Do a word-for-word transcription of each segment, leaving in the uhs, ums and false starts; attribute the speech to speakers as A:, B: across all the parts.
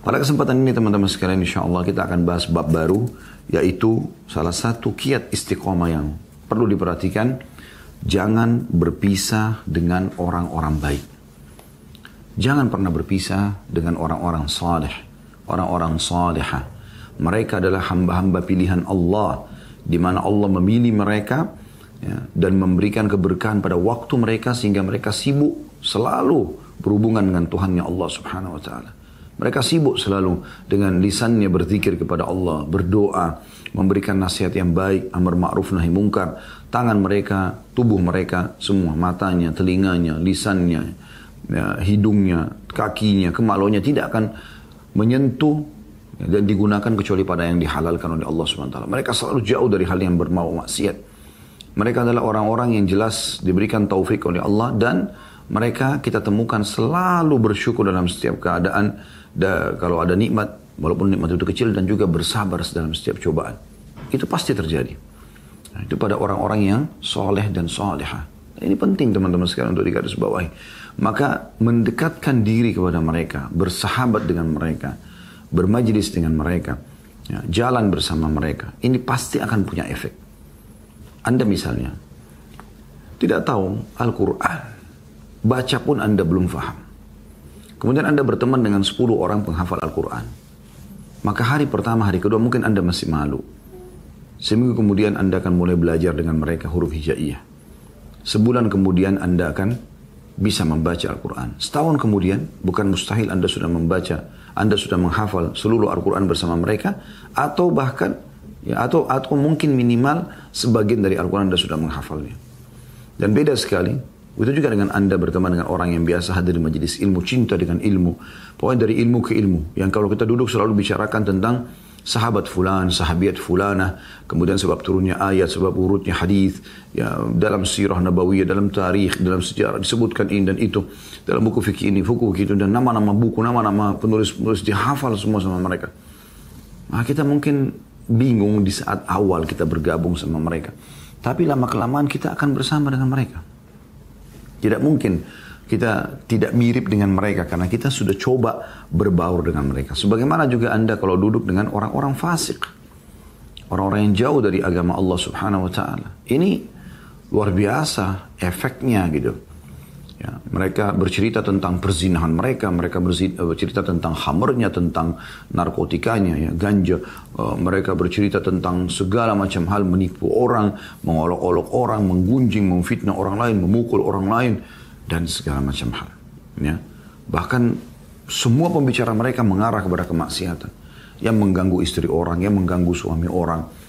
A: Pada kesempatan ini teman-teman sekalian, insya Allah kita akan bahas bab baru, yaitu salah satu kiat istiqomah yang perlu diperhatikan. Jangan berpisah dengan orang-orang baik. Jangan pernah berpisah dengan orang-orang saleh, orang-orang salihah. Mereka adalah hamba-hamba pilihan Allah, di mana Allah memilih mereka ya, dan memberikan keberkahan pada waktu mereka sehingga mereka sibuk selalu berhubungan dengan Tuhannya Allah Subhanahu Wa Taala. Mereka sibuk selalu dengan lisannya berzikir kepada Allah, berdoa, memberikan nasihat yang baik, amar ma'ruf nahi mungkar. Tangan mereka, tubuh mereka, semua matanya, telinganya, lisannya, ya, hidungnya, kakinya, kemaluannya tidak akan menyentuh ya, dan digunakan kecuali pada yang dihalalkan oleh Allah Subhanahu Wa Taala. Mereka selalu jauh dari hal yang bermau maksiat. Mereka adalah orang-orang yang jelas diberikan taufik oleh Allah, dan mereka kita temukan selalu bersyukur dalam setiap keadaan. Da, kalau ada nikmat, walaupun nikmat itu kecil, dan juga bersabar dalam setiap cobaan. Itu pasti terjadi. Nah, itu pada orang-orang yang soleh dan solehah. Ini penting teman-teman sekalian untuk digarisbawahi. Maka mendekatkan diri kepada mereka, bersahabat dengan mereka, bermajlis dengan mereka, ya, jalan bersama mereka. Ini pasti akan punya efek. Anda misalnya tidak tahu Al-Quran, baca pun Anda belum faham. Kemudian Anda berteman dengan sepuluh orang penghafal Al-Quran. Maka hari pertama, hari kedua mungkin Anda masih malu. Seminggu kemudian Anda akan mulai belajar dengan mereka huruf hijaiyah. Sebulan kemudian Anda akan bisa membaca Al-Quran. Setahun kemudian, bukan mustahil Anda sudah membaca, Anda sudah menghafal seluruh Al-Quran bersama mereka, atau bahkan, ya, atau, atau mungkin minimal sebagian dari Al-Quran Anda sudah menghafalnya. Dan beda sekali. Itu juga dengan Anda berteman dengan orang yang biasa hadir di majelis ilmu, cinta dengan ilmu. Pokoknya dari ilmu ke ilmu. Yang kalau kita duduk selalu bicarakan tentang sahabat fulan, sahabiat fulanah, kemudian sebab turunnya ayat, sebab urutnya hadis, ya, dalam sirah nabawiyah, dalam tarikh, dalam sejarah disebutkan ini dan itu, dalam buku fikih ini, buku itu, dan nama-nama buku, nama-nama penulis-penulis dihafal semua sama mereka. Nah, kita mungkin bingung di saat awal kita bergabung sama mereka. Tapi lama-kelamaan kita akan bersama dengan mereka. Tidak mungkin kita tidak mirip dengan mereka karena kita sudah coba berbaur dengan mereka. Sebagaimana juga Anda kalau duduk dengan orang-orang fasik, orang-orang yang jauh dari agama Allah Subhanahu Wa Taala. Ini luar biasa efeknya gitu. Ya, mereka bercerita tentang perzinahan mereka, mereka bercerita tentang khamernya, tentang narkotikanya, ya, ganja. Uh, mereka bercerita tentang segala macam hal, menipu orang, mengolok-olok orang, menggunjing, memfitnah orang lain, memukul orang lain, dan segala macam hal. Ya. Bahkan semua pembicara mereka mengarah kepada kemaksiatan, yang mengganggu istri orang, yang mengganggu suami orang.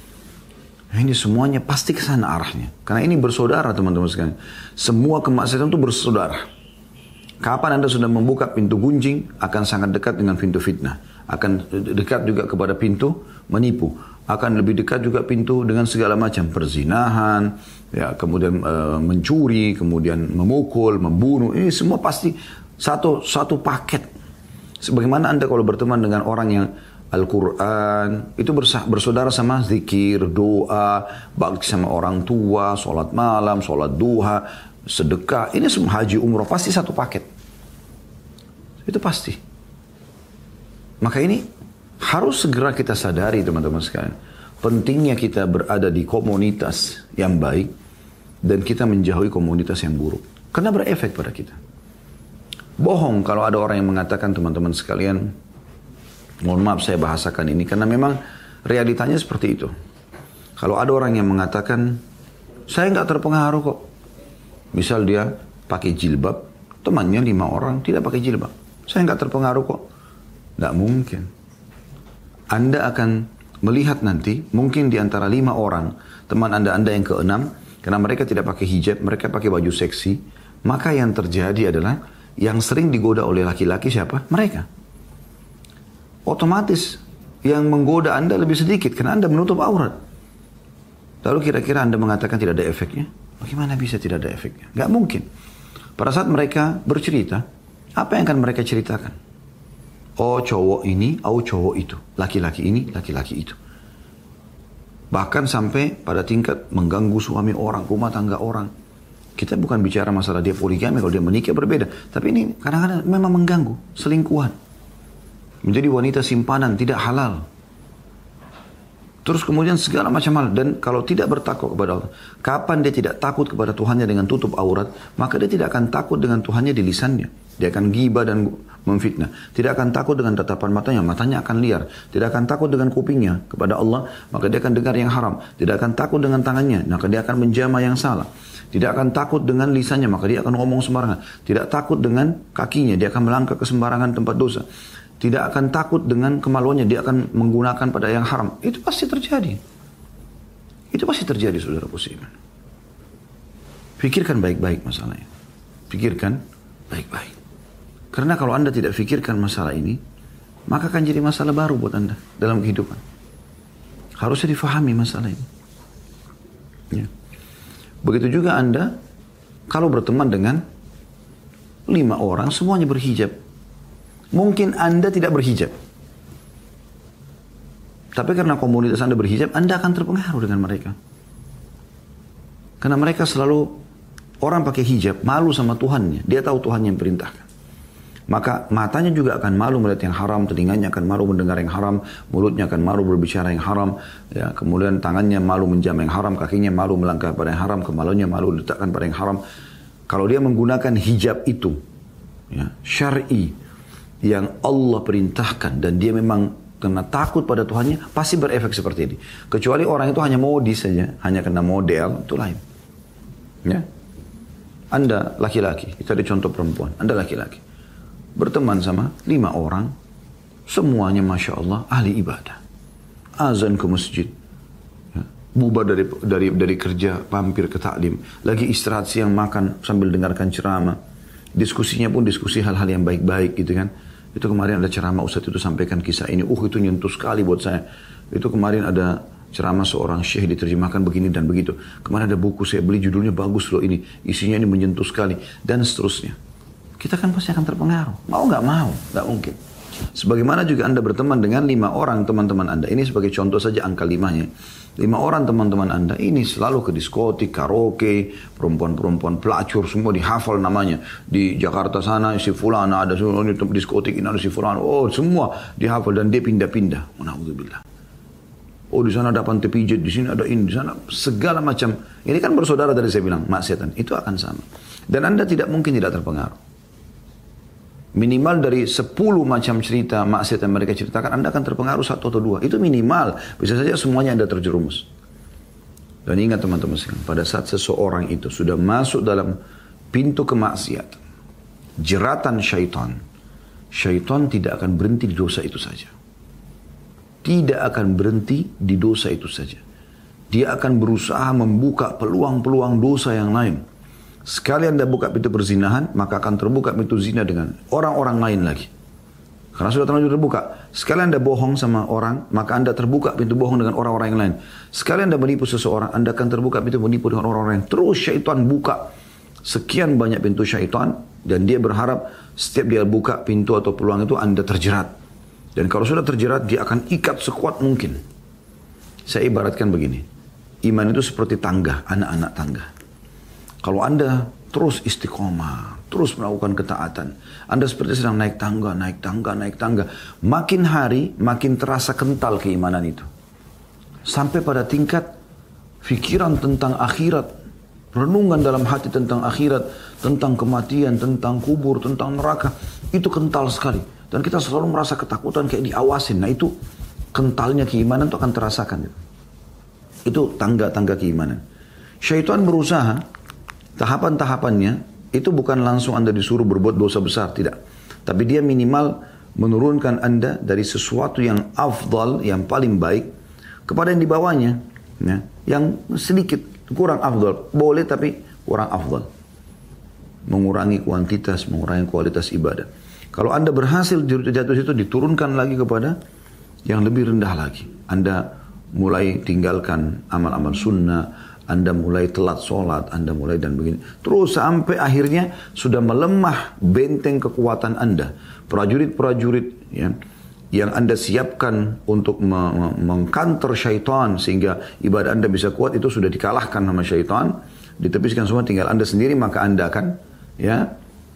A: Ini semuanya pasti ke sana arahnya. Karena ini bersaudara teman-teman sekalian. Semua kemaksiatan itu bersaudara. Kapan Anda sudah membuka pintu gunjing, akan sangat dekat dengan pintu fitnah. Akan dekat juga kepada pintu menipu. Akan lebih dekat juga pintu dengan segala macam perzinahan, ya, kemudian e, mencuri, kemudian memukul, membunuh. Ini semua pasti satu satu paket. Sebagaimana Anda kalau berteman dengan orang yang Al-Quran, itu bersaudara sama zikir, doa, bakti sama orang tua, sholat malam, sholat duha, sedekah. Ini semua haji, umroh, pasti satu paket. Itu pasti. Maka ini harus segera kita sadari teman-teman sekalian. Pentingnya kita berada di komunitas yang baik dan kita menjauhi komunitas yang buruk. Karena berefek pada kita. Bohong kalau ada orang yang mengatakan teman-teman sekalian, mohon maaf saya bahasakan ini karena memang realitanya seperti itu. Kalau ada orang yang mengatakan, saya nggak terpengaruh kok. Misal dia pakai jilbab, temannya lima orang tidak pakai jilbab. Saya nggak terpengaruh kok. Nggak mungkin. Anda akan melihat nanti, mungkin di antara lima orang, teman Anda, Anda yang keenam, karena mereka tidak pakai hijab, mereka pakai baju seksi, maka yang terjadi adalah, yang sering digoda oleh laki-laki siapa? Mereka. Otomatis yang menggoda Anda lebih sedikit karena Anda menutup aurat. Lalu kira-kira Anda mengatakan tidak ada efeknya? Bagaimana bisa tidak ada efeknya? Gak mungkin. Pada saat mereka bercerita, apa yang akan mereka ceritakan? Oh cowok ini, oh cowok itu. Laki-laki ini, laki-laki itu. Bahkan sampai pada tingkat mengganggu suami orang, rumah tangga orang. Kita bukan bicara masalah dia poligami, kalau dia menikah berbeda. Tapi ini kadang-kadang memang mengganggu, selingkuhan. menjadi wanita simpanan, tidak halal. Terus kemudian segala macam hal. Dan kalau tidak bertakwa kepada Allah, kapan dia tidak takut kepada Tuhannya dengan tutup aurat, maka dia tidak akan takut dengan Tuhannya di lisannya. Dia akan ghibah dan memfitnah. Tidak akan takut dengan tatapan matanya, matanya akan liar. Tidak akan takut dengan kupingnya kepada Allah, maka dia akan dengar yang haram. Tidak akan takut dengan tangannya, maka dia akan menjamah yang salah. Tidak akan takut dengan lisannya, maka dia akan ngomong sembarangan. Tidak takut dengan kakinya, dia akan melangkah ke sembarangan tempat dosa. Tidak akan takut dengan kemaluannya, dia akan menggunakan pada yang haram. Itu pasti terjadi. Itu pasti terjadi, saudara muslimin. Pikirkan baik-baik masalahnya. Pikirkan baik-baik. Karena kalau Anda tidak pikirkan masalah ini, maka akan jadi masalah baru buat Anda dalam kehidupan. Harusnya difahami masalah ini. Ya. Begitu juga Anda, kalau berteman dengan lima orang, semuanya berhijab. Mungkin Anda tidak berhijab. Tapi karena komunitas Anda berhijab, Anda akan terpengaruh dengan mereka. Karena mereka selalu, orang pakai hijab, malu sama Tuhannya. Dia tahu Tuhan yang perintahkan. Maka matanya juga akan malu melihat yang haram, telinganya akan malu mendengar yang haram, mulutnya akan malu berbicara yang haram, ya, kemudian tangannya malu menjamah yang haram, kakinya malu melangkah pada yang haram, kemaluannya malu diletakkan pada yang haram. Kalau dia menggunakan hijab itu, ya, syar'i, yang Allah perintahkan, dan dia memang karena takut pada Tuhannya, pasti berefek seperti ini. Kecuali orang itu hanya modis saja, hanya kena model, itu lain. Ya, Anda laki-laki, itu ada contoh perempuan, Anda laki-laki, berteman sama lima orang, semuanya Masya Allah ahli ibadah, azan ke masjid, ya, bubar dari, dari, dari kerja, mampir ke taklim, lagi istirahat siang makan sambil dengarkan ceramah, diskusinya pun diskusi hal-hal yang baik-baik gitu kan. Itu kemarin ada ceramah Ustadz itu sampaikan kisah ini, uh itu nyentuh sekali buat saya. Itu kemarin ada ceramah seorang syekh diterjemahkan begini dan begitu. Kemarin ada buku saya beli judulnya bagus loh ini, isinya ini menyentuh sekali dan seterusnya. Kita kan pasti akan terpengaruh, mau nggak mau, nggak mungkin. Sebagaimana juga Anda berteman dengan lima orang teman-teman Anda, ini sebagai contoh saja angka limanya. Lima orang teman-teman Anda ini selalu ke diskotik, karaoke, perempuan-perempuan pelacur, semua dihafal namanya. Di Jakarta sana si fulana ada semua di diskotik, ini ada si fulana, oh semua dihafal dan dia pindah-pindah. Alhamdulillah. Oh di sana ada pantai pijat, di sini ada ini, di sana segala macam. Ini kan bersaudara dari saya bilang maksiatan, itu akan sama. Dan Anda tidak mungkin tidak terpengaruh. Minimal dari sepuluh macam cerita maksiat yang mereka ceritakan, Anda akan terpengaruh satu atau dua. Itu minimal. Bisa saja semuanya Anda terjerumus. Dan ingat teman-teman sekalian, pada saat seseorang itu sudah masuk dalam pintu kemaksiatan, jeratan syaitan, syaitan tidak akan berhenti di dosa itu saja. Tidak akan berhenti di dosa itu saja. Dia akan berusaha membuka peluang-peluang dosa yang lain. Sekali Anda buka pintu perzinahan, maka akan terbuka pintu zina dengan orang-orang lain lagi. Karena sudah terlanjur terbuka. Sekali Anda bohong sama orang, maka Anda terbuka pintu bohong dengan orang-orang yang lain. Sekali Anda menipu seseorang, Anda akan terbuka pintu menipu dengan orang-orang lain. Terus syaitan buka sekian banyak pintu syaitan, dan dia berharap setiap dia buka pintu atau peluang itu Anda terjerat. Dan kalau sudah terjerat, dia akan ikat sekuat mungkin. Saya ibaratkan begini, iman itu seperti tangga, anak-anak tangga. Kalau Anda terus istiqomah, terus melakukan ketaatan, Anda seperti sedang naik tangga, naik tangga, naik tangga. Makin hari, makin terasa kental keimanan itu. Sampai pada tingkat pikiran tentang akhirat, renungan dalam hati tentang akhirat, tentang kematian, tentang kubur, tentang neraka, itu kental sekali. Dan kita selalu merasa ketakutan kayak diawasin. Nah itu kentalnya keimanan itu akan terasakan. Itu tangga-tangga keimanan. Syaitan berusaha, tahapan-tahapannya itu bukan langsung Anda disuruh berbuat dosa besar, tidak. Tapi dia minimal menurunkan Anda dari sesuatu yang afdal, yang paling baik, kepada yang di bawahnya, ya, yang sedikit kurang afdal. Boleh tapi kurang afdal. Mengurangi kuantitas, mengurangi kualitas ibadah. Kalau Anda berhasil jatuh situ, diturunkan lagi kepada yang lebih rendah lagi. Anda mulai tinggalkan amal-amal sunnah, Anda mulai telat sholat, Anda mulai dan begini. Terus sampai akhirnya sudah melemah benteng kekuatan Anda. Prajurit-prajurit ya, yang Anda siapkan untuk mengkanter syaitan sehingga ibadah Anda bisa kuat, itu sudah dikalahkan sama syaitan. Ditepiskan semua, tinggal Anda sendiri, maka Anda akan ya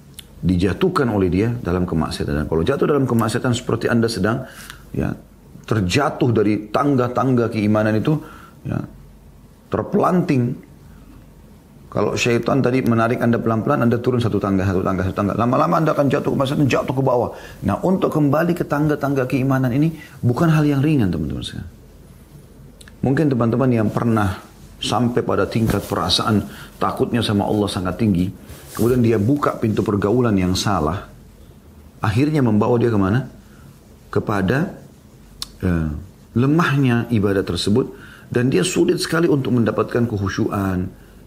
A: dijatuhkan oleh dia dalam kemaksiatan. Dan kalau jatuh dalam kemaksiatan seperti Anda sedang ya terjatuh dari tangga-tangga keimanan itu, ya, terpelanting. Kalau syaitan tadi menarik Anda pelan-pelan, Anda turun satu tangga, satu tangga, satu tangga. Lama-lama Anda akan jatuh ke kemaksiatan, jatuh ke bawah. Nah, untuk kembali ke tangga-tangga keimanan ini bukan hal yang ringan, teman-teman sekalian. Mungkin teman-teman yang pernah sampai pada tingkat perasaan takutnya sama Allah sangat tinggi, kemudian dia buka pintu pergaulan yang salah, akhirnya membawa dia kemana? Kepada uh, lemahnya ibadah tersebut, dan dia sulit sekali untuk mendapatkan kekhusyuan.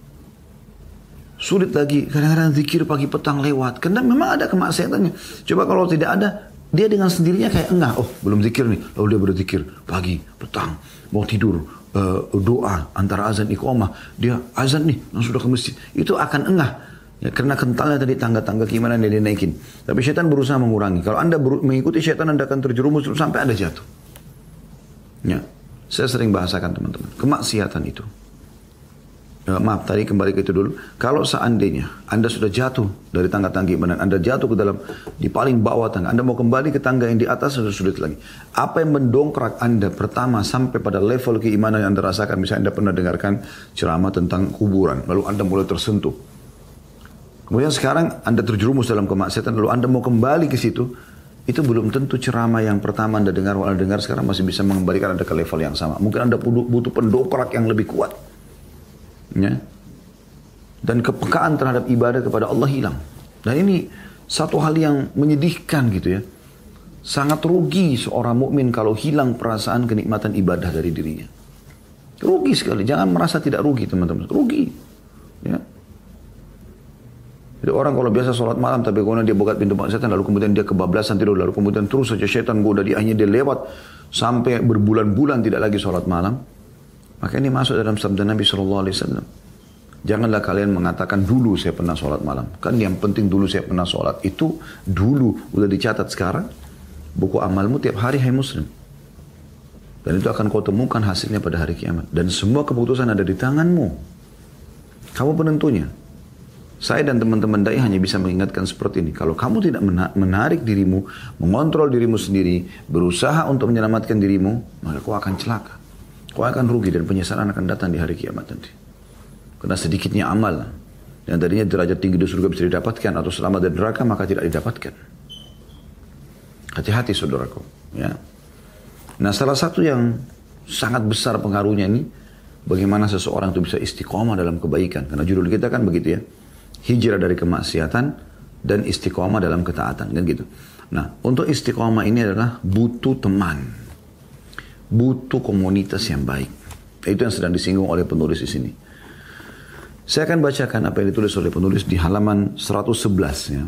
A: Sulit lagi, kadang-kadang zikir pagi petang lewat, karena memang ada kemaksiatannya. Coba kalau tidak ada, dia dengan sendirinya kayak enggak, oh belum zikir nih, lalu dia berzikir pagi, petang, mau tidur, uh, doa antara azan iqamah, dia azan nih, langsung sudah ke masjid, itu akan enggah. Ya, karena kentalnya tadi tangga-tangga keimanan yang dia naikin. Tapi syaitan berusaha mengurangi. Kalau Anda mengikuti syaitan, Anda akan terjerumus sampai Anda jatuh. Ya, saya sering bahasakan teman-teman, kemaksiatan itu. Ya, maaf, tadi kembali ke itu dulu. Kalau seandainya Anda sudah jatuh dari tangga-tangga keimanan, Anda jatuh ke dalam, di paling bawah tangga, Anda mau kembali ke tangga yang di atas, sudah sulit lagi. Apa yang mendongkrak Anda pertama sampai pada level keimanan yang Anda rasakan? Misalnya Anda pernah dengarkan ceramah tentang kuburan, lalu Anda mulai tersentuh. Kemudian sekarang Anda terjerumus dalam kemaksiatan, lalu Anda mau kembali ke situ, itu belum tentu ceramah yang pertama Anda dengar, Anda dengar sekarang masih bisa mengembalikan Anda ke level yang sama. Mungkin Anda butuh pendongkrak yang lebih kuat. Ya. Dan kepekaan terhadap ibadah kepada Allah hilang. Dan ini satu hal yang menyedihkan gitu ya. Sangat rugi seorang mukmin kalau hilang perasaan kenikmatan ibadah dari dirinya. Rugi sekali. Jangan merasa tidak rugi, teman-teman. Rugi. Ya. Jadi orang kalau biasa sholat malam tapi kemudian dia buka pintu maksiatan, lalu kemudian dia kebablasan tidur, lalu kemudian terus saja syaitan goda dia, akhirnya dia lewat sampai berbulan-bulan tidak lagi sholat malam. Maka ini masuk dalam sabda Nabi shallallahu alaihi wasallam. Janganlah kalian mengatakan dulu saya pernah sholat malam. Kan yang penting dulu saya pernah sholat. Itu dulu udah dicatat sekarang. Buku amalmu tiap hari, hai muslim. Dan itu akan kau temukan hasilnya pada hari kiamat. Dan semua keputusan ada di tanganmu. Kamu penentunya. Saya dan teman-teman dai hanya bisa mengingatkan seperti ini. Kalau kamu tidak menarik dirimu, mengontrol dirimu sendiri, berusaha untuk menyelamatkan dirimu, maka kau akan celaka. Kau akan rugi dan penyesalan akan datang di hari kiamat nanti. Karena sedikitnya amal yang tadinya derajat tinggi di surga bisa didapatkan atau selamat dari neraka, maka tidak didapatkan. Hati-hati saudaraku. Ya. Nah, salah satu yang sangat besar pengaruhnya ini, bagaimana seseorang itu bisa istiqomah dalam kebaikan. Karena judul kita kan begitu ya. Hijrah dari kemaksiatan dan istiqomah dalam ketaatan, kan gitu. Nah, untuk istiqomah ini adalah butuh teman, butuh komunitas yang baik. Itu yang sedang disinggung oleh penulis di sini. Saya akan bacakan apa yang ditulis oleh penulis di halaman seratus sebelas. Ya.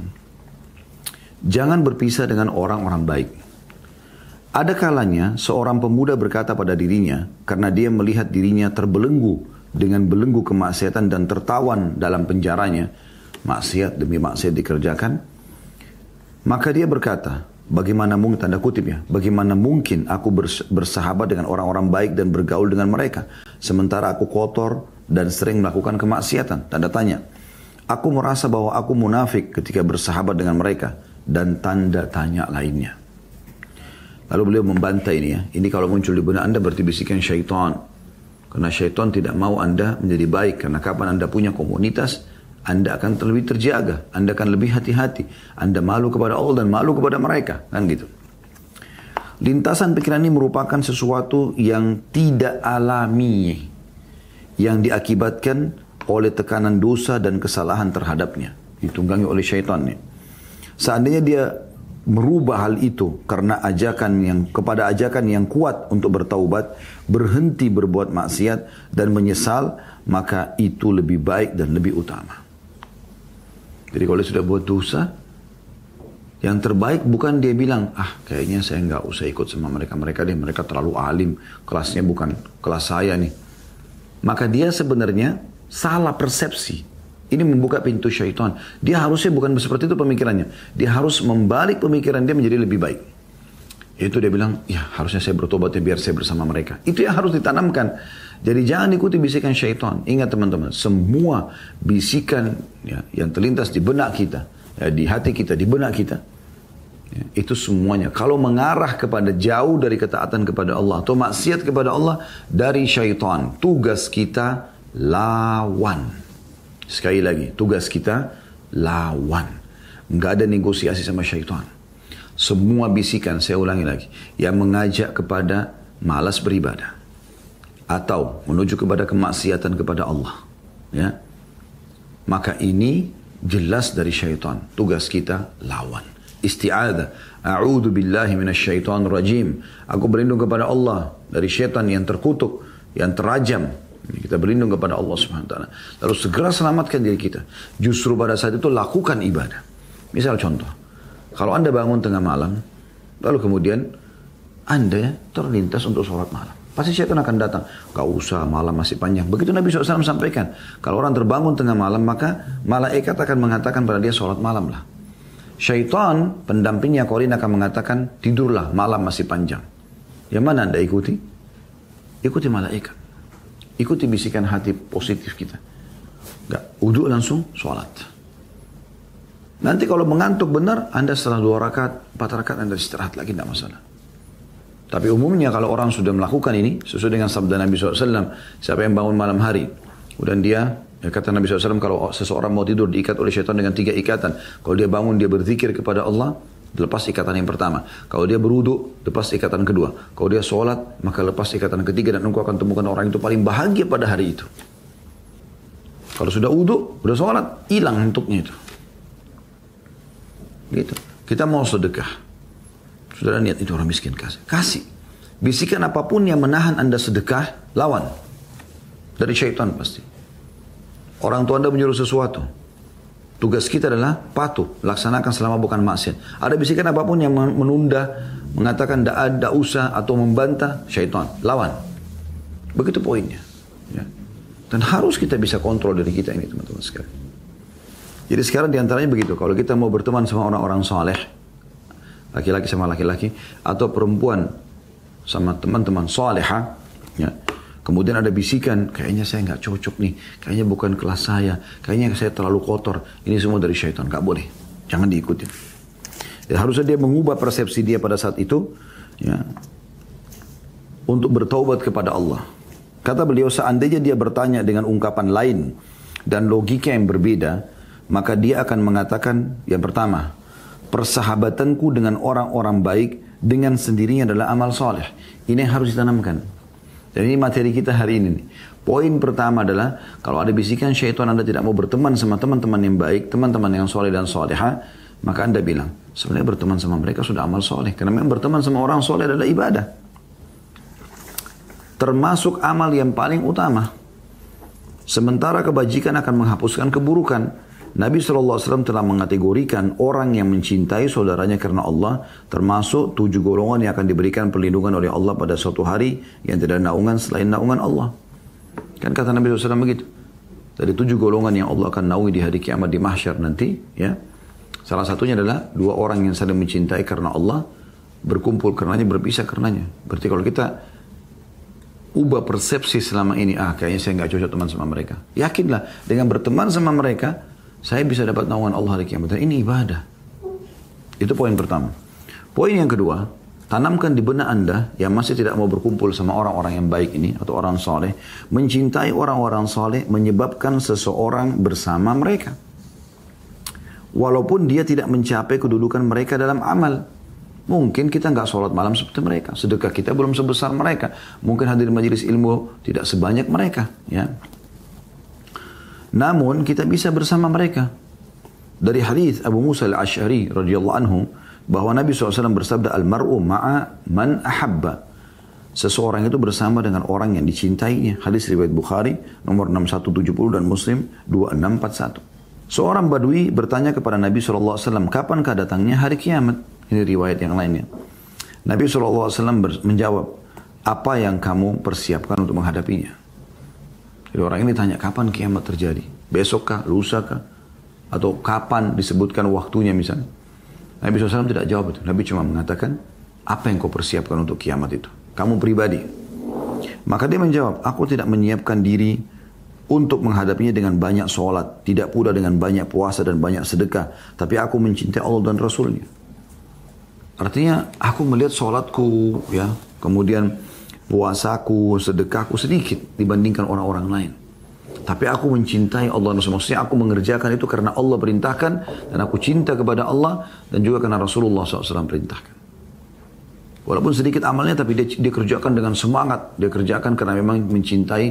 A: Jangan berpisah dengan orang-orang baik. Ada kalanya seorang pemuda berkata pada dirinya, karena dia melihat dirinya terbelenggu dengan belenggu kemaksiatan dan tertawan dalam penjaranya, maksiat demi maksiat dikerjakan, maka dia berkata, bagaimana mungkin, tanda kutip ya, bagaimana mungkin aku bersahabat dengan orang-orang baik dan bergaul dengan mereka, sementara aku kotor dan sering melakukan kemaksiatan, tanda tanya. Aku merasa bahwa aku munafik ketika bersahabat dengan mereka, dan tanda tanya lainnya. Lalu beliau membantah ini ya, ini kalau muncul di benak Anda berarti bisikan syaitan. Karena syaitan tidak mau Anda menjadi baik, karena kapan Anda punya komunitas, Anda akan lebih terjaga, Anda akan lebih hati-hati, Anda malu kepada Allah dan malu kepada mereka, kan gitu. Lintasan pikiran ini merupakan sesuatu yang tidak alami, yang diakibatkan oleh tekanan dosa dan kesalahan terhadapnya, ditunggangi oleh syaitan. Seandainya dia merubah hal itu karena ajakan yang kepada ajakan yang kuat untuk bertaubat, berhenti berbuat maksiat dan menyesal, maka itu lebih baik dan lebih utama. Jadi kalau dia sudah buat dosa, yang terbaik bukan dia bilang, ah kayaknya saya nggak usah ikut sama mereka-mereka deh, mereka terlalu alim, kelasnya bukan kelas saya nih. Maka dia sebenarnya salah persepsi. Ini membuka pintu syaitan. Dia harusnya bukan seperti itu pemikirannya. Dia harus membalik pemikiran dia menjadi lebih baik. Itu dia bilang, ya harusnya saya bertobat ya biar saya bersama mereka. Itu yang harus ditanamkan. Jadi jangan ikuti bisikan syaitan. Ingat teman-teman, semua bisikan ya, yang terlintas di benak kita, ya, di hati kita, di benak kita, ya, itu semuanya. Kalau mengarah kepada jauh dari ketaatan kepada Allah atau maksiat kepada Allah dari syaitan, tugas kita lawan. Sekali lagi, tugas kita lawan. Nggak ada negosiasi sama syaitan. Semua bisikan, saya ulangi lagi, yang mengajak kepada malas beribadah atau menuju kepada kemaksiatan kepada Allah, ya, maka ini jelas dari syaitan. Tugas kita lawan. Isti'adzah. A'udzu billahi minasyaitonir rajim. Aku berlindung kepada Allah dari syaitan yang terkutuk, yang terajam. Kita berlindung kepada Allah Subhanahu wa taala. Lalu segera selamatkan diri kita. Justru pada saat itu lakukan ibadah. Misal contoh, kalau Anda bangun tengah malam, lalu kemudian Anda terlintas untuk sholat malam. Pasti syaitan akan datang. Gak usah, malam masih panjang. Begitu Nabi shallallahu alaihi wasallam sampaikan. Kalau orang terbangun tengah malam, maka malaikat akan mengatakan pada dia sholat malam lah. Syaitan, pendampingnya Qarin akan mengatakan, tidurlah, malam masih panjang. Yang mana Anda ikuti? Ikuti malaikat. Ikuti bisikan hati positif kita. Gak, uduk langsung sholat. Nanti kalau mengantuk benar, Anda setelah dua rakaat, empat rakaat Anda istirahat lagi, tidak masalah. Tapi umumnya kalau orang sudah melakukan ini, sesuai dengan sabda Nabi shallallahu alaihi wasallam, siapa yang bangun malam hari, kemudian dia, ya kata Nabi shallallahu alaihi wasallam, kalau seseorang mau tidur diikat oleh syaitan dengan tiga ikatan. Kalau dia bangun, dia berzikir kepada Allah, lepas ikatan yang pertama. Kalau dia berwudu, lepas ikatan kedua. Kalau dia sholat, maka lepas ikatan ketiga, dan engkau akan temukan orang itu paling bahagia pada hari itu. Kalau sudah wudu, sudah sholat, hilang untuknya itu. Gitu. Kita mau sedekah. Saudara niat itu orang miskin, kasih. Kasih. Bisikan apapun yang menahan Anda sedekah, lawan. Dari syaitan pasti. Orang tua Anda menyuruh sesuatu. Tugas kita adalah patuh, laksanakan selama bukan maksiat. Ada bisikan apapun yang menunda, mengatakan tidak ada, usah, atau membantah, syaitan. Lawan. Begitu poinnya. Ya. Dan harus kita bisa kontrol diri kita ini, teman-teman sekalian. Jadi sekarang diantaranya begitu, kalau kita mau berteman sama orang-orang soleh, laki-laki sama laki-laki, atau perempuan sama teman-teman soleha, ya, kemudian ada bisikan, kayaknya saya nggak cocok nih, kayaknya bukan kelas saya, kayaknya saya terlalu kotor, ini semua dari syaitan, nggak boleh, jangan diikuti. Dan harusnya dia mengubah persepsi dia pada saat itu, ya, untuk bertaubat kepada Allah. Kata beliau, seandainya dia bertanya dengan ungkapan lain dan logika yang berbeda, maka dia akan mengatakan yang pertama, persahabatanku dengan orang-orang baik dengan sendirinya adalah amal soleh. Ini yang harus ditanamkan. Dan ini materi kita hari ini. Poin pertama adalah, kalau ada bisikan syaitan Anda tidak mau berteman sama teman-teman yang baik, teman-teman yang soleh dan soleha, maka Anda bilang, sebenarnya berteman sama mereka sudah amal soleh. Karena memang berteman sama orang soleh adalah ibadah. Termasuk amal yang paling utama. Sementara kebajikan akan menghapuskan keburukan. Nabi shallallahu alaihi wasallam telah mengategorikan orang yang mencintai saudaranya karena Allah, termasuk tujuh golongan yang akan diberikan perlindungan oleh Allah pada suatu hari yang tidak ada naungan selain naungan Allah. Kan kata Nabi shallallahu alaihi wasallam begitu. Dari tujuh golongan yang Allah akan naungi di hari kiamat di mahsyar nanti, ya, salah satunya adalah dua orang yang saling mencintai karena Allah, berkumpul karenanya, berpisah karenanya. Berarti kalau kita ubah persepsi selama ini, ah kayaknya saya nggak cocok teman sama mereka. Yakinlah dengan berteman sama mereka, saya bisa dapat naungan Allah hari kiamat. Dan ini ibadah. Itu poin pertama. Poin yang kedua, tanamkan di benak Anda yang masih tidak mau berkumpul sama orang-orang yang baik ini atau orang soleh, mencintai orang-orang soleh menyebabkan seseorang bersama mereka. Walaupun dia tidak mencapai kedudukan mereka dalam amal. Mungkin kita nggak sholat malam seperti mereka. Sedekah kita belum sebesar mereka. Mungkin hadir majelis ilmu tidak sebanyak mereka. Ya. Namun kita bisa bersama mereka. Dari hadis Abu Musa al-Ash'ari radhiyallahu anhu, bahwa Nabi shallallahu alaihi wasallam bersabda, al-mar'u ma'a man ahabba. Seseorang itu bersama dengan orang yang dicintainya. Hadis riwayat Bukhari nomor enam satu tujuh nol dan Muslim dua enam empat satu. Seorang badui bertanya kepada Nabi shallallahu alaihi wasallam, kapankah datangnya hari kiamat? Ini riwayat yang lainnya. Nabi shallallahu alaihi wasallam menjawab, apa yang kamu persiapkan untuk menghadapinya? Jadi orang ini tanya, kapan kiamat terjadi? Besokkah? Lusakah? Atau kapan disebutkan waktunya misalnya? Nabi shallallahu alaihi wasallam tidak jawab itu. Nabi cuma mengatakan, apa yang kau persiapkan untuk kiamat itu? Kamu pribadi. Maka dia menjawab, aku tidak menyiapkan diri untuk menghadapinya dengan banyak sholat, tidak pula dengan banyak puasa dan banyak sedekah, tapi aku mencintai Allah dan Rasulnya. Artinya aku melihat sholatku, ya, kemudian puasaku, sedekahku sedikit dibandingkan orang-orang lain. Tapi aku mencintai Allah dan Rasul. Maksudnya aku mengerjakan itu karena Allah perintahkan, dan aku cinta kepada Allah dan juga karena Rasulullah shallallahu alaihi wasallam perintahkan. Walaupun sedikit amalnya, tapi dia, dia kerjakan dengan semangat. Dia kerjakan karena memang mencintai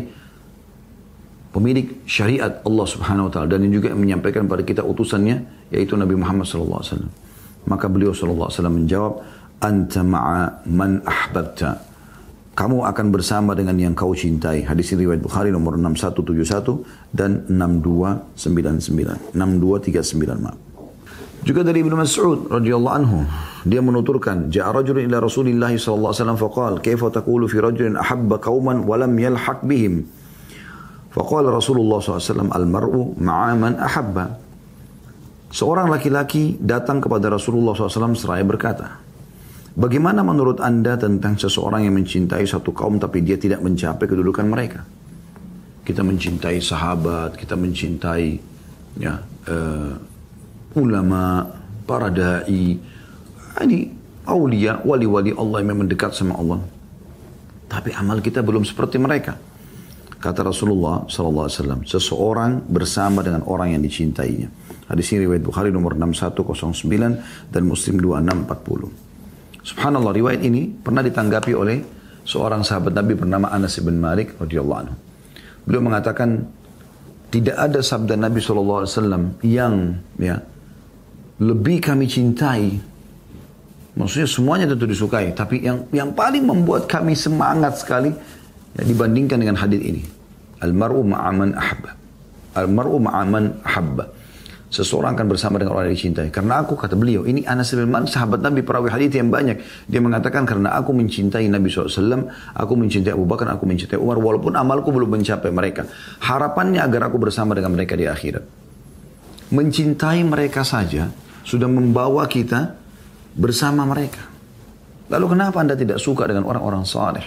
A: pemilik syariat Allah subhanahu wa ta'ala. Dan juga menyampaikan pada kita utusannya, yaitu Nabi Muhammad shallallahu alaihi wasallam. Maka beliau shallallahu alaihi wasallam menjawab, Anta ma'a man ahbabta. Kamu akan bersama dengan yang kau cintai. Hadis riwayat Bukhari nomor enam satu tujuh satu dan enam dua sembilan sembilan. enam dua tiga sembilan, maaf. Juga dari Ibnu Mas'ud radhiyallahu anhu, dia menuturkan, Ja'a rajulun ila Rasulillah sallallahu alaihi wasallam faqala, "Kaifa taqulu fi rajulin ahabba qauman wa lam yalhaq bihim?" Faqala Rasulullah sallallahu alaihi wasallam, "Al-mar'u ma'a man ahabba." Seorang laki-laki datang kepada Rasulullah shallallahu alaihi wasallam seraya berkata, bagaimana menurut anda tentang seseorang yang mencintai satu kaum tapi dia tidak mencapai kedudukan mereka? Kita mencintai sahabat, kita mencintai ya, uh, ulama, para da'i, ini aulia, wali-wali Allah yang memang dekat sama Allah. Tapi amal kita belum seperti mereka. Kata Rasulullah shallallahu alaihi wasallam, seseorang bersama dengan orang yang dicintainya. Hadis ini riwayat Bukhari nomor enam satu nol sembilan dan Muslim dua enam empat nol. Subhanallah, riwayat ini pernah ditanggapi oleh seorang sahabat Nabi bernama Anas bin Malik radhiyallahu anhu. Beliau mengatakan, tidak ada sabda Nabi shallallahu alaihi wasallam yang ya lebih kami cintai. Maksudnya semuanya tentu disukai, tapi yang yang paling membuat kami semangat sekali ya, dibandingkan dengan hadis ini. Al-mar'u ma'aman ahabba. Al-mar'u ma'aman ahabba. Seseorang akan bersama dengan orang yang dicintai. Karena aku, kata beliau, ini Anas bin Malik, sahabat Nabi, perawi hadis yang banyak. Dia mengatakan, karena aku mencintai Nabi shallallahu alaihi wasallam, aku mencintai Abu Bakar, aku mencintai Umar, walaupun amalku belum mencapai mereka. Harapannya agar aku bersama dengan mereka di akhirat. Mencintai mereka saja sudah membawa kita bersama mereka. Lalu kenapa anda tidak suka dengan orang-orang saleh?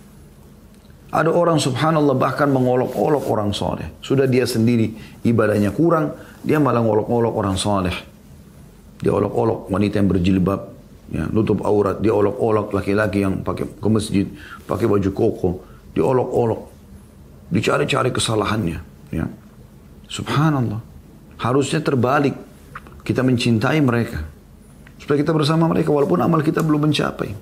A: Ada orang subhanallah bahkan mengolok-olok orang saleh. Sudah dia sendiri ibadahnya kurang, dia malah ngolok-olok orang saleh. Dia olok-olok wanita yang berjilbab, ya, nutup aurat. Dia olok-olok laki-laki yang pakai ke masjid, pakai baju koko. Dia olok-olok. Dicari-cari kesalahannya. Ya. Subhanallah. Harusnya terbalik. Kita mencintai mereka. Supaya kita bersama mereka walaupun amal kita belum mencapai.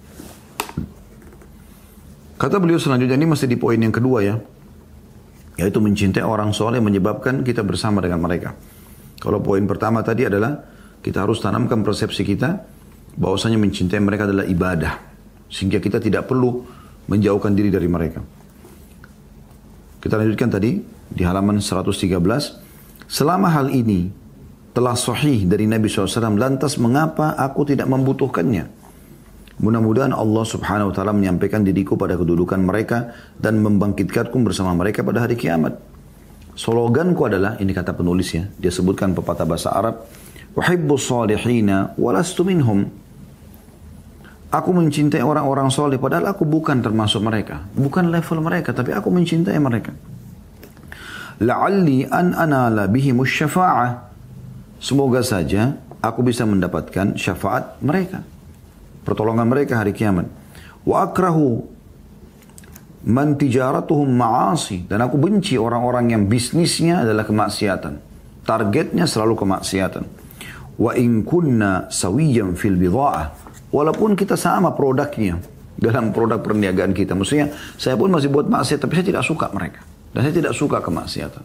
A: Kata beliau selanjutnya, ini masih di poin yang kedua ya. Yaitu mencintai orang soleh menyebabkan kita bersama dengan mereka. Kalau poin pertama tadi adalah kita harus tanamkan persepsi kita bahwasanya mencintai mereka adalah ibadah. Sehingga kita tidak perlu menjauhkan diri dari mereka. Kita lanjutkan tadi di halaman seratus tiga belas. Selama hal ini telah sahih dari Nabi shallallahu alaihi wasallam, lantas mengapa aku tidak membutuhkannya? Mudah-mudahan Allah subhanahu wa ta'ala menyampaikan diriku pada kedudukan mereka dan membangkitkanku bersama mereka pada hari kiamat. Sloganku adalah, ini kata penulisnya, dia sebutkan pepatah bahasa Arab, Uhibbus salihina walastu minhum. Aku mencintai orang-orang soleh, padahal aku bukan termasuk mereka. Bukan level mereka, tapi aku mencintai mereka. La'alli an anala bihimus syafa'ah. Semoga saja aku bisa mendapatkan syafaat mereka. Pertolongan mereka hari kiamat. Wa akrahu man tijaratuhum ma'asi. Dan aku benci orang-orang yang bisnisnya adalah kemaksiatan. Targetnya selalu kemaksiatan. Wa in kunna sawiyan fil bidha'ah. Walaupun kita sama produknya dalam produk perniagaan kita. Maksudnya saya pun masih buat maksiat, tapi saya tidak suka mereka. Dan saya tidak suka kemaksiatan.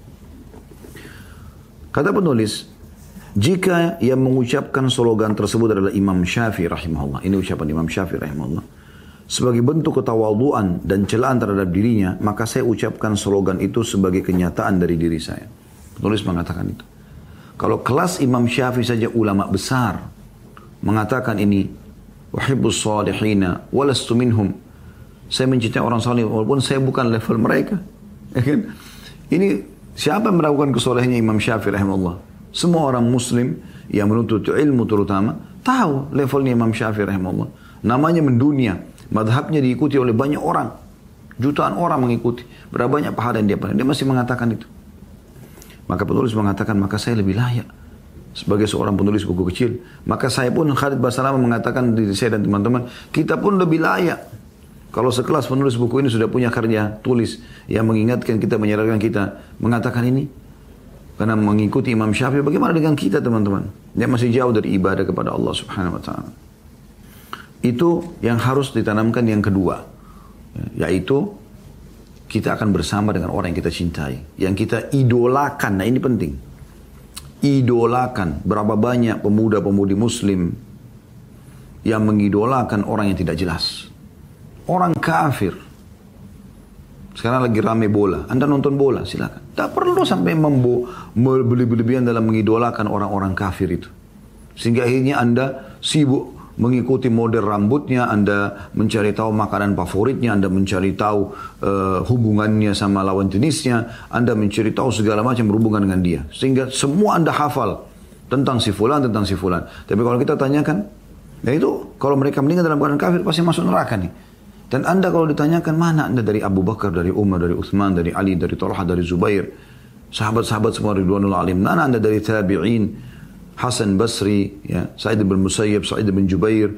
A: Kata penulis, jika yang mengucapkan slogan tersebut adalah Imam Syafi'i rahimahullah. Ini ucapan Imam Syafi'i rahimahullah. Sebagai bentuk ketawaduan dan celaan terhadap dirinya, maka saya ucapkan slogan itu sebagai kenyataan dari diri saya. Penulis mengatakan itu. Kalau kelas Imam Syafi'i saja ulama besar mengatakan ini, Uhibbus salihina walastu minhum. Saya mencintai orang salih walaupun saya bukan level mereka. Ya kan? Ini siapa yang melakukan kesolehannya Imam Syafi'i rahimahullah? Semua orang muslim yang menuntut ilmu terutama tahu levelnya Imam Syafi'i rahimahullah. Namanya mendunia, madhabnya diikuti oleh banyak orang. Jutaan orang mengikuti. Berapa banyak pahala yang dia punya. Dia masih mengatakan itu. Maka penulis mengatakan, maka saya lebih layak sebagai seorang penulis buku kecil. Maka saya pun, Khalid Basalamah mengatakan diri saya dan teman-teman, kita pun lebih layak. Kalau sekelas penulis buku ini sudah punya karya tulis yang mengingatkan kita, menyadarkan kita, mengatakan ini, karena mengikuti Imam Syafi'i, bagaimana dengan kita teman-teman? Yang masih jauh dari ibadah kepada Allah Subhanahu Wa Taala. Itu yang harus ditanamkan yang kedua, yaitu kita akan bersama dengan orang yang kita cintai, yang kita idolakan. Nah ini penting. Idolakan. Berapa banyak pemuda-pemudi muslim yang mengidolakan orang yang tidak jelas. Orang kafir. Sekarang lagi rame bola. Anda nonton bola, silakan. Tak perlu sampai membeli-belebihan dalam mengidolakan orang-orang kafir itu. Sehingga akhirnya Anda sibuk mengikuti model rambutnya, Anda mencari tahu makanan favoritnya, Anda mencari tahu uh, hubungannya sama lawan jenisnya, Anda mencari tahu segala macam berhubungan dengan dia. Sehingga semua Anda hafal tentang si fulan, tentang si fulan. Tapi kalau kita tanyakan, ya itu kalau mereka meninggal dalam keadaan kafir pasti masuk neraka nih. Dan Anda kalau ditanyakan, mana Anda dari Abu Bakar, dari Umar, dari Uthman, dari Ali, dari Talha, dari Zubair, sahabat-sahabat semua ridwanullah alim, mana Anda dari tabi'in, Hasan Basri, ya, Sa'id bin Musayyib, Sa'id bin Jubair,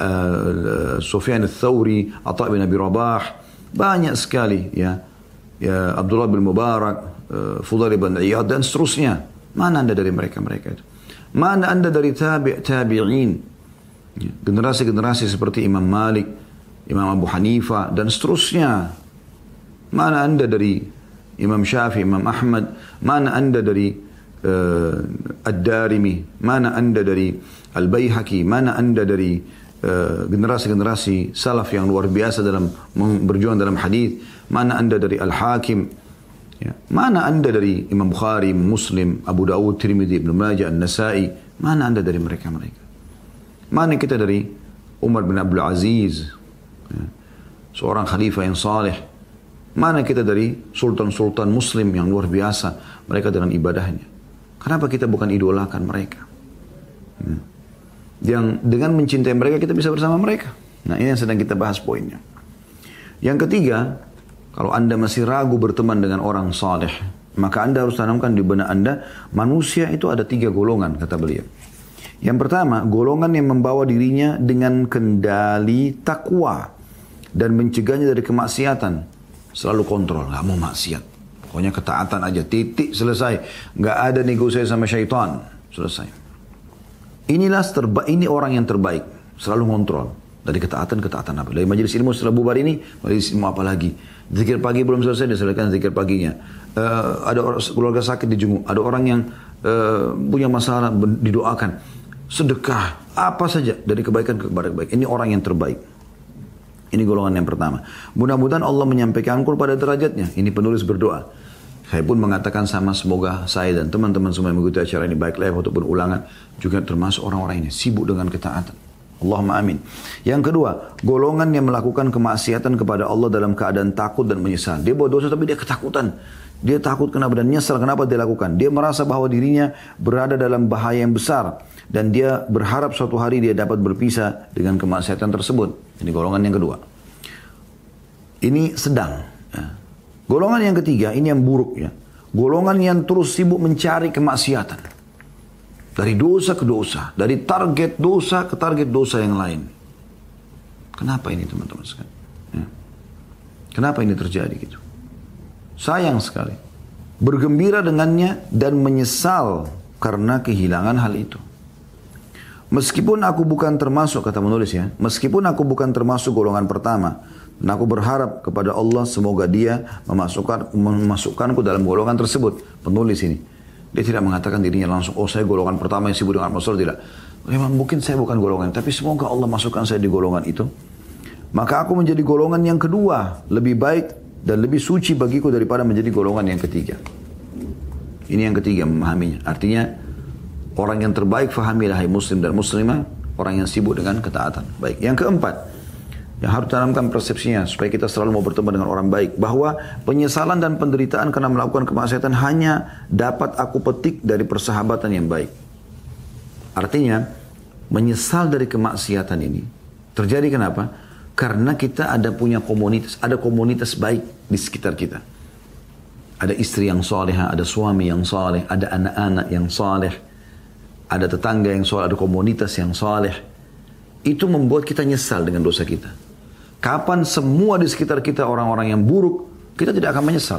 A: uh, Sufyan al-Thawri, Atha bin Abi Rabah, banyak sekali, ya, ya Abdullah bin Mubarak, uh, Fudail bin Iyad, dan seterusnya. Mana Anda dari mereka-mereka itu? Mana Anda dari tabi' tabi'in? Ya, generasi-generasi seperti Imam Malik, Imam Abu Hanifah, dan seterusnya. Mana Anda dari Imam Syafi'i, Imam Ahmad? Mana Anda dari Uh, Ad-Darimi, mana Anda dari Al-Baihaqi, mana Anda dari uh, generasi-generasi salaf yang luar biasa dalam berjuang dalam hadis, mana Anda dari Al-Hakim, ya. Mana Anda dari Imam Bukhari, Muslim, Abu Dawud, Tirmidzi, Ibn Majah, An-Nasai, mana Anda dari mereka-mereka? Mana kita dari Umar bin Abdul Aziz, ya, seorang khalifah yang saleh? Mana kita dari sultan-sultan muslim yang luar biasa mereka dengan ibadahnya? Kenapa kita bukan idolakan mereka? Hmm. Yang dengan mencintai mereka kita bisa bersama mereka. Nah ini yang sedang kita bahas poinnya. Yang ketiga, kalau Anda masih ragu berteman dengan orang saleh, maka Anda harus tanamkan di benak Anda, manusia itu ada tiga golongan, kata beliau. Yang pertama, golongan yang membawa dirinya dengan kendali takwa dan mencegahnya dari kemaksiatan. Selalu kontrol, nggak mau maksiat. Pokoknya ketaatan aja, titik, selesai. Nggak ada negosiasi sama syaitan, selesai. Inilah terbaik, ini orang yang terbaik. Selalu kontrol. Dari ketaatan, ketaatan apa? Dari majelis ilmu setelah bubar ini, majelis ilmu apa lagi? Zikir pagi belum selesai, diselesaikan zikir paginya. Uh, ada orang, keluarga sakit dijenguk. Ada orang yang uh, punya masalah, didoakan. Sedekah, apa saja. Dari kebaikan ke kebaikan. Ini orang yang terbaik. Ini golongan yang pertama. Mudah-mudahan Allah menyampaikanku pada derajatnya. Ini penulis berdoa. Saya pun mengatakan sama, semoga saya dan teman-teman semua yang mengikuti acara ini, baik live ataupun ulangan, juga termasuk orang-orang ini sibuk dengan ketaatan. Allahumma amin. Yang kedua, golongan yang melakukan kemaksiatan kepada Allah dalam keadaan takut dan menyesal. Dia buat dosa tapi dia ketakutan. Dia takut kenapa dan nyesal kenapa dia lakukan. Dia merasa bahwa dirinya berada dalam bahaya yang besar. Dan dia berharap suatu hari dia dapat berpisah dengan kemaksiatan tersebut. Ini golongan yang kedua. Ini sedang. Ya. Golongan yang ketiga, ini yang buruk ya. Golongan yang terus sibuk mencari kemaksiatan. Dari dosa ke dosa. Dari target dosa ke target dosa yang lain. Kenapa ini teman-teman sekalian? Ya. Kenapa ini terjadi gitu? Sayang sekali. Bergembira dengannya dan menyesal karena kehilangan hal itu. Meskipun aku bukan termasuk, kata menulis ya, meskipun aku bukan termasuk golongan pertama, dan aku berharap kepada Allah semoga dia memasukkan, memasukkanku dalam golongan tersebut. Penulis ini, dia tidak mengatakan dirinya langsung, oh saya golongan pertama yang sibuk dengan masalah, tidak. Memang mungkin saya bukan golongan, tapi semoga Allah masukkan saya di golongan itu. Maka aku menjadi golongan yang kedua, lebih baik dan lebih suci bagiku daripada menjadi golongan yang ketiga. Ini yang ketiga memahaminya. Artinya, orang yang terbaik fahamilah hai muslim dan muslimah, orang yang sibuk dengan ketaatan. Baik. Yang keempat, yang harus tanamkan persepsinya supaya kita selalu mau bertemu dengan orang baik, bahwa penyesalan dan penderitaan karena melakukan kemaksiatan hanya dapat aku petik dari persahabatan yang baik. Artinya, menyesal dari kemaksiatan ini terjadi kenapa? Karena kita ada punya komunitas, ada komunitas baik di sekitar kita. Ada istri yang salehah, ada suami yang saleh, ada anak-anak yang saleh, ada tetangga yang saleh, ada komunitas yang saleh. Itu membuat kita nyesal dengan dosa kita. Kapan semua di sekitar kita orang-orang yang buruk, kita tidak akan menyesal.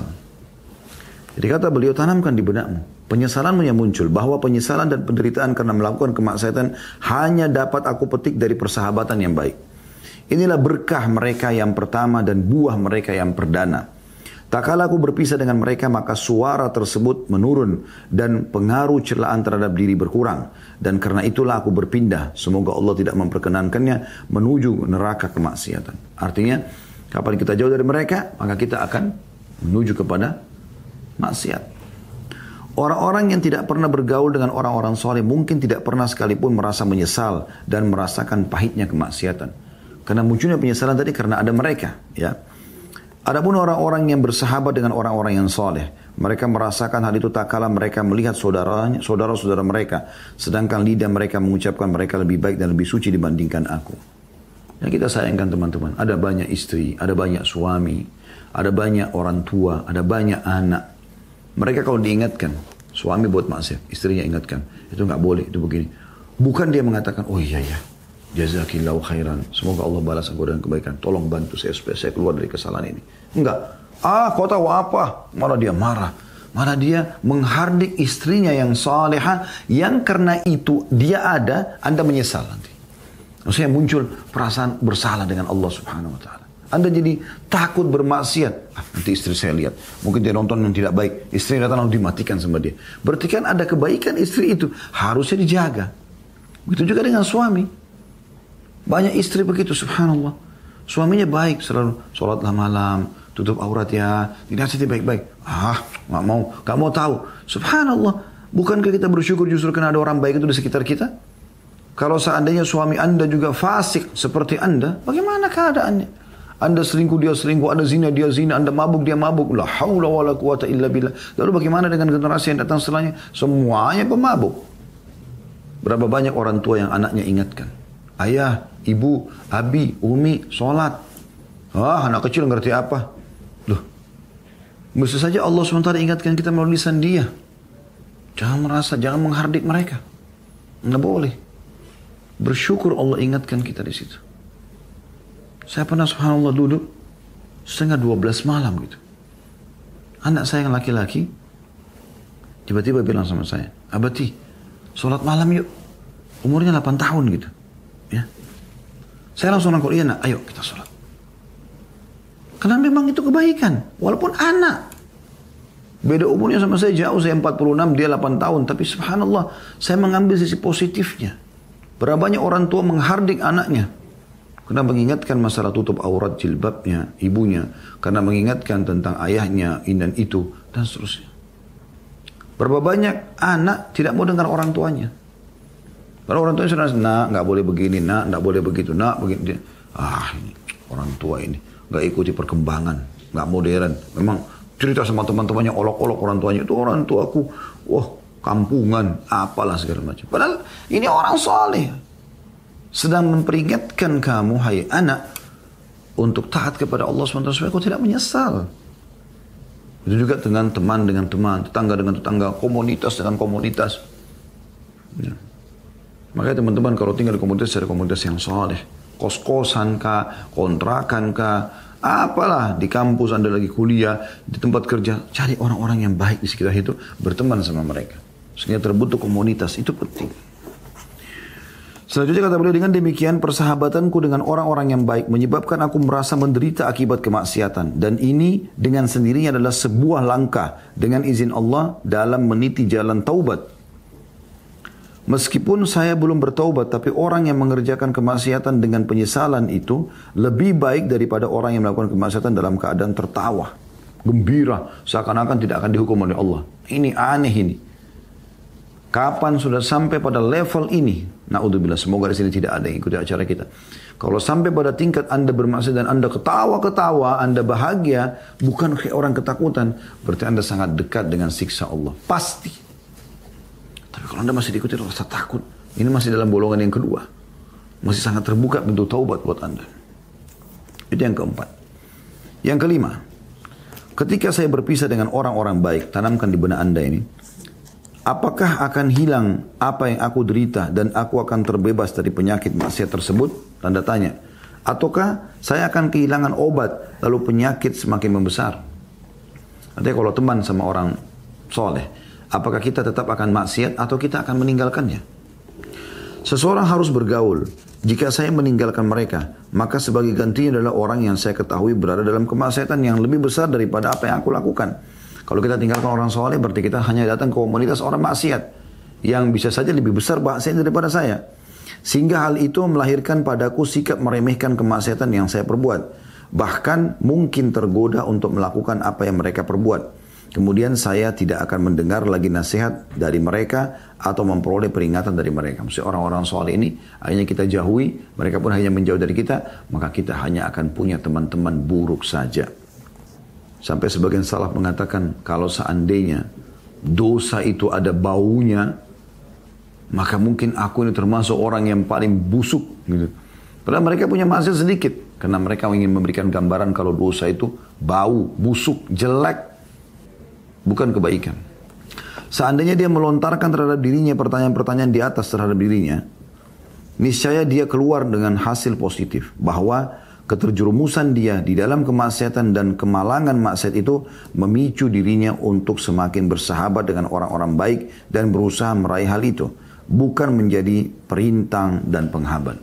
A: Jadi kata beliau, tanamkan di benakmu penyesalanmu yang muncul, bahwa penyesalan dan penderitaan karena melakukan kemaksiatan hanya dapat aku petik dari persahabatan yang baik. Inilah berkah mereka yang pertama dan buah mereka yang perdana. Tak kala aku berpisah dengan mereka, maka suara tersebut menurun dan pengaruh celaan terhadap diri berkurang. Dan karena itulah aku berpindah. Semoga Allah tidak memperkenankannya menuju neraka kemaksiatan. Artinya, kapan kita jauh dari mereka, maka kita akan menuju kepada maksiat. Orang-orang yang tidak pernah bergaul dengan orang-orang soleh mungkin tidak pernah sekalipun merasa menyesal dan merasakan pahitnya kemaksiatan. Karena munculnya penyesalan tadi karena ada mereka, ya. Adapun orang-orang yang bersahabat dengan orang-orang yang soleh, mereka merasakan hal itu tak kala mereka melihat saudaranya, saudara-saudara mereka, sedangkan lidah mereka mengucapkan mereka lebih baik dan lebih suci dibandingkan aku. Yang kita sayangkan teman-teman, ada banyak istri, ada banyak suami, ada banyak orang tua, ada banyak anak. Mereka kalau diingatkan, suami buat maksiat, istrinya ingatkan, itu nggak boleh, itu begini. Bukan dia mengatakan, oh iya ya, jazakillahu khairan, semoga Allah balas aku dengan kebaikan, tolong bantu saya supaya saya keluar dari kesalahan ini. Enggak, ah kau tahu apa, malah dia marah. Malah dia menghardik istrinya yang salehah, yang karena itu dia ada, Anda menyesal nanti. Maksudnya muncul perasaan bersalah dengan Allah subhanahu wa ta'ala. Anda jadi takut bermaksiat. Ah, nanti istri saya lihat. Mungkin dia nonton yang tidak baik. Istri datang lalu dimatikan sama dia. Berarti kan ada kebaikan istri itu. Harusnya dijaga. Begitu juga dengan suami. Banyak istri begitu, subhanallah. Suaminya baik, selalu sholatlah malam, tutup aurat ya, tidak sih baik-baik. Ah, nggak mau, nggak mau tahu. Subhanallah. Bukankah kita bersyukur justru karena ada orang baik itu di sekitar kita? Kalau seandainya suami Anda juga fasik seperti Anda, bagaimana keadaannya? Anda selingkuh, dia selingkuh, Anda zina, dia zina, Anda mabuk, dia mabuk. La haula wa la quwata illa billah. Lalu bagaimana dengan generasi yang datang setelahnya? Semuanya pemabuk. Berapa banyak orang tua yang anaknya ingatkan. Ayah, ibu, abi, umi, sholat. Ah, anak kecil ngerti apa? Loh, mesti saja Allah subhanahu wa taala ingatkan kita melalui lisan dia. Jangan merasa, jangan menghardik mereka. Nggak boleh. Bersyukur Allah ingatkan kita di situ. Saya pernah subhanallah duduk setengah dua belas malam gitu. Anak saya yang laki-laki tiba-tiba bilang sama saya, Abati, sholat malam yuk. Umurnya delapan tahun gitu. Ya. Saya langsung nangkut, iya nak, ayo kita sholat. Karena memang itu kebaikan. Walaupun anak. Beda umurnya sama saya jauh, saya empat puluh enam, dia delapan tahun. Tapi subhanallah, saya mengambil sisi positifnya. Berapa banyak orang tua menghardik anaknya. Karena mengingatkan masalah tutup aurat jilbabnya, ibunya. Karena mengingatkan tentang ayahnya, ini dan itu, dan seterusnya. Berapa banyak anak tidak mau dengar orang tuanya. Kalau orang tuanya sudah, nak, nggak boleh begini, nak, nggak boleh begitu, nak, begini. Ah, ini orang tua ini. Nggak ikuti perkembangan, nggak modern. Memang cerita sama teman-temannya, olok-olok orang tuanya. Itu orang tuaku, wah, kampungan, apalah segala macam. Padahal ini orang soleh. Sedang memperingatkan kamu, hai anak, untuk taat kepada Allah subhanahu wa taala supaya kau tidak menyesal. Itu juga dengan teman dengan teman, tetangga dengan tetangga, komunitas dengan komunitas. Ya. Makanya teman-teman kalau tinggal di komunitas, ada komunitas yang soleh. Kos-kosan kah, kontrakan kah, apalah, di kampus Anda lagi kuliah, di tempat kerja, cari orang-orang yang baik di sekitar itu, berteman sama mereka. Sehingga terbentuk komunitas, itu penting. Selanjutnya kata beliau, dengan demikian persahabatanku dengan orang-orang yang baik menyebabkan aku merasa menderita akibat kemaksiatan. Dan ini dengan sendirinya adalah sebuah langkah dengan izin Allah dalam meniti jalan taubat. Meskipun saya belum bertaubat, tapi orang yang mengerjakan kemaksiatan dengan penyesalan itu lebih baik daripada orang yang melakukan kemaksiatan dalam keadaan tertawa, gembira, seakan-akan tidak akan dihukum oleh Allah. Ini aneh ini. Kapan sudah sampai pada level ini? Na'udzubillah, semoga di sini tidak ada yang ikuti acara kita. Kalau sampai pada tingkat Anda bermaksud dan Anda ketawa-ketawa, Anda bahagia, bukan kayak orang ketakutan, berarti Anda sangat dekat dengan siksa Allah. Pasti. Tapi kalau Anda masih diikuti rasa takut, ini masih dalam golongan yang kedua. Masih sangat terbuka pintu taubat buat Anda. Itu yang keempat. Yang kelima, ketika saya berpisah dengan orang-orang baik, tanamkan di benak Anda ini, apakah akan hilang apa yang aku derita dan aku akan terbebas dari penyakit maksiat tersebut? Tanda tanya. Ataukah saya akan kehilangan obat lalu penyakit semakin membesar? Artinya kalau teman sama orang soleh, apakah kita tetap akan maksiat atau kita akan meninggalkannya? Seseorang harus bergaul. Jika saya meninggalkan mereka, maka sebagai gantinya adalah orang yang saya ketahui berada dalam kemaksiatan yang lebih besar daripada apa yang aku lakukan. Kalau kita tinggalkan orang soleh, berarti kita hanya datang ke komunitas orang maksiat yang bisa saja lebih besar maksiat daripada saya. Sehingga hal itu melahirkan padaku sikap meremehkan kemaksiatan yang saya perbuat. Bahkan mungkin tergoda untuk melakukan apa yang mereka perbuat. Kemudian saya tidak akan mendengar lagi nasihat dari mereka atau memperoleh peringatan dari mereka. Maksudnya orang-orang soleh ini hanya kita jauhi, mereka pun hanya menjauh dari kita, maka kita hanya akan punya teman-teman buruk saja. Sampai sebagian salaf mengatakan, kalau seandainya dosa itu ada baunya, maka mungkin aku ini termasuk orang yang paling busuk. Gitu. Padahal mereka punya maksiat sedikit, karena mereka ingin memberikan gambaran kalau dosa itu bau, busuk, jelek, bukan kebaikan. Seandainya dia melontarkan terhadap dirinya pertanyaan-pertanyaan di atas terhadap dirinya, niscaya dia keluar dengan hasil positif. Bahwa keterjerumusan dia di dalam kemaksiatan dan kemalangan maksiat itu memicu dirinya untuk semakin bersahabat dengan orang-orang baik dan berusaha meraih hal itu. Bukan menjadi perintang dan penghabat.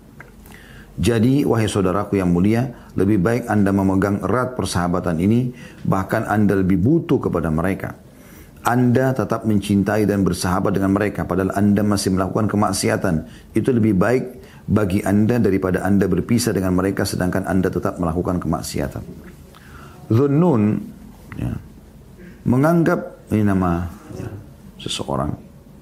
A: Jadi, wahai saudaraku yang mulia, lebih baik Anda memegang erat persahabatan ini, bahkan Anda lebih butuh kepada mereka. Anda tetap mencintai dan bersahabat dengan mereka, padahal Anda masih melakukan kemaksiatan. Itu lebih baik bagi Anda daripada Anda berpisah dengan mereka, sedangkan Anda tetap melakukan kemaksiatan. Dhunnun, ya, menganggap, ini nama ya, seseorang,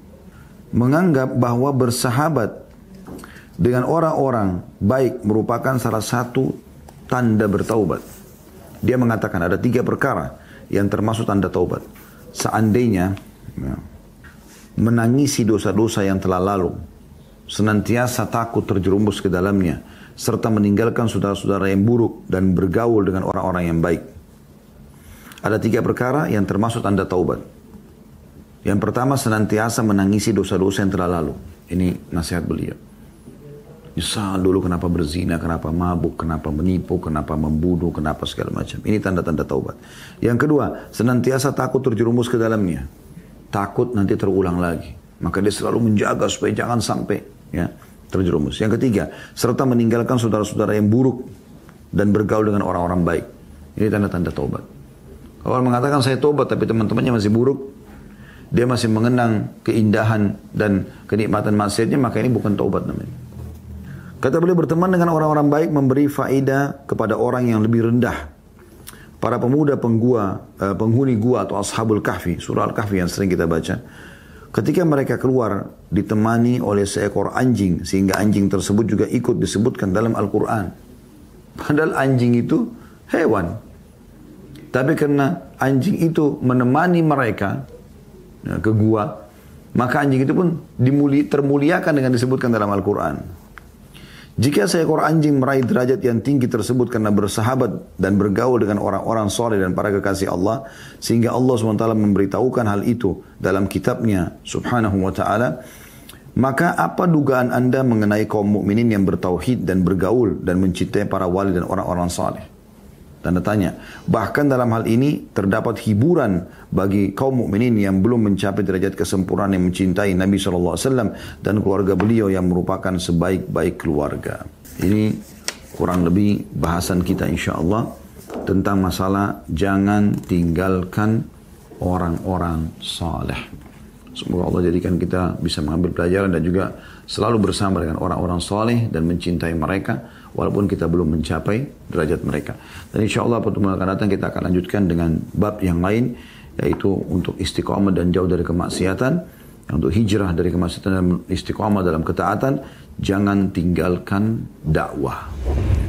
A: menganggap bahwa bersahabat dengan orang-orang baik merupakan salah satu tanda bertaubat. Dia mengatakan ada tiga perkara yang termasuk tanda taubat. Seandainya ya, menangisi dosa-dosa yang telah lalu, senantiasa takut terjerumus ke dalamnya, serta meninggalkan saudara-saudara yang buruk dan bergaul dengan orang-orang yang baik. Ada tiga perkara yang termasuk tanda taubat. Yang pertama, senantiasa menangisi dosa-dosa yang telah lalu. Ini nasihat beliau. Nyesal dulu kenapa berzina, kenapa mabuk, kenapa menipu, kenapa membunuh, kenapa segala macam. Ini tanda-tanda taubat. Yang kedua, senantiasa takut terjerumus ke dalamnya. Takut nanti terulang lagi. Maka dia selalu menjaga supaya jangan sampai ya, terjerumus. Yang ketiga, serta meninggalkan saudara-saudara yang buruk dan bergaul dengan orang-orang baik. Ini tanda-tanda taubat. Kalau orang mengatakan saya taubat tapi teman-temannya masih buruk, dia masih mengenang keindahan dan kenikmatan maksiatnya, maka ini bukan taubat namanya. Kata beliau, berteman dengan orang-orang baik memberi faedah kepada orang yang lebih rendah. Para pemuda penggua, uh, penghuni gua atau ashabul kahfi, surah al-kahfi yang sering kita baca. Ketika mereka keluar ditemani oleh seekor anjing, sehingga anjing tersebut juga ikut disebutkan dalam Al-Quran. Padahal anjing itu hewan. Tapi karena anjing itu menemani mereka ya, ke gua, maka anjing itu pun dimuli, termuliakan dengan disebutkan dalam Al-Quran. Jika seekor anjing meraih derajat yang tinggi tersebut karena bersahabat dan bergaul dengan orang-orang soleh dan para kekasih Allah, sehingga Allah subhanahu wa taala memberitahukan hal itu dalam kitabnya subhanahu wa ta'ala, maka apa dugaan Anda mengenai kaum mukminin yang bertauhid dan bergaul dan mencintai para wali dan orang-orang soleh? Tanda tanya. Bahkan dalam hal ini terdapat hiburan bagi kaum mukminin yang belum mencapai derajat kesempurnaan yang mencintai Nabi shallallahu alaihi wasallam dan keluarga beliau yang merupakan sebaik-baik keluarga. Ini kurang lebih bahasan kita insya Allah tentang masalah jangan tinggalkan orang-orang saleh. Semoga Allah jadikan kita bisa mengambil pelajaran dan juga selalu bersama dengan orang-orang saleh dan mencintai mereka walaupun kita belum mencapai derajat mereka. Dan insya Allah pertemuan akan datang kita akan lanjutkan dengan bab yang lain, yaitu untuk istiqamah dan jauh dari kemaksiatan, untuk hijrah dari kemaksiatan dan istiqamah dalam ketaatan. Jangan tinggalkan dakwah.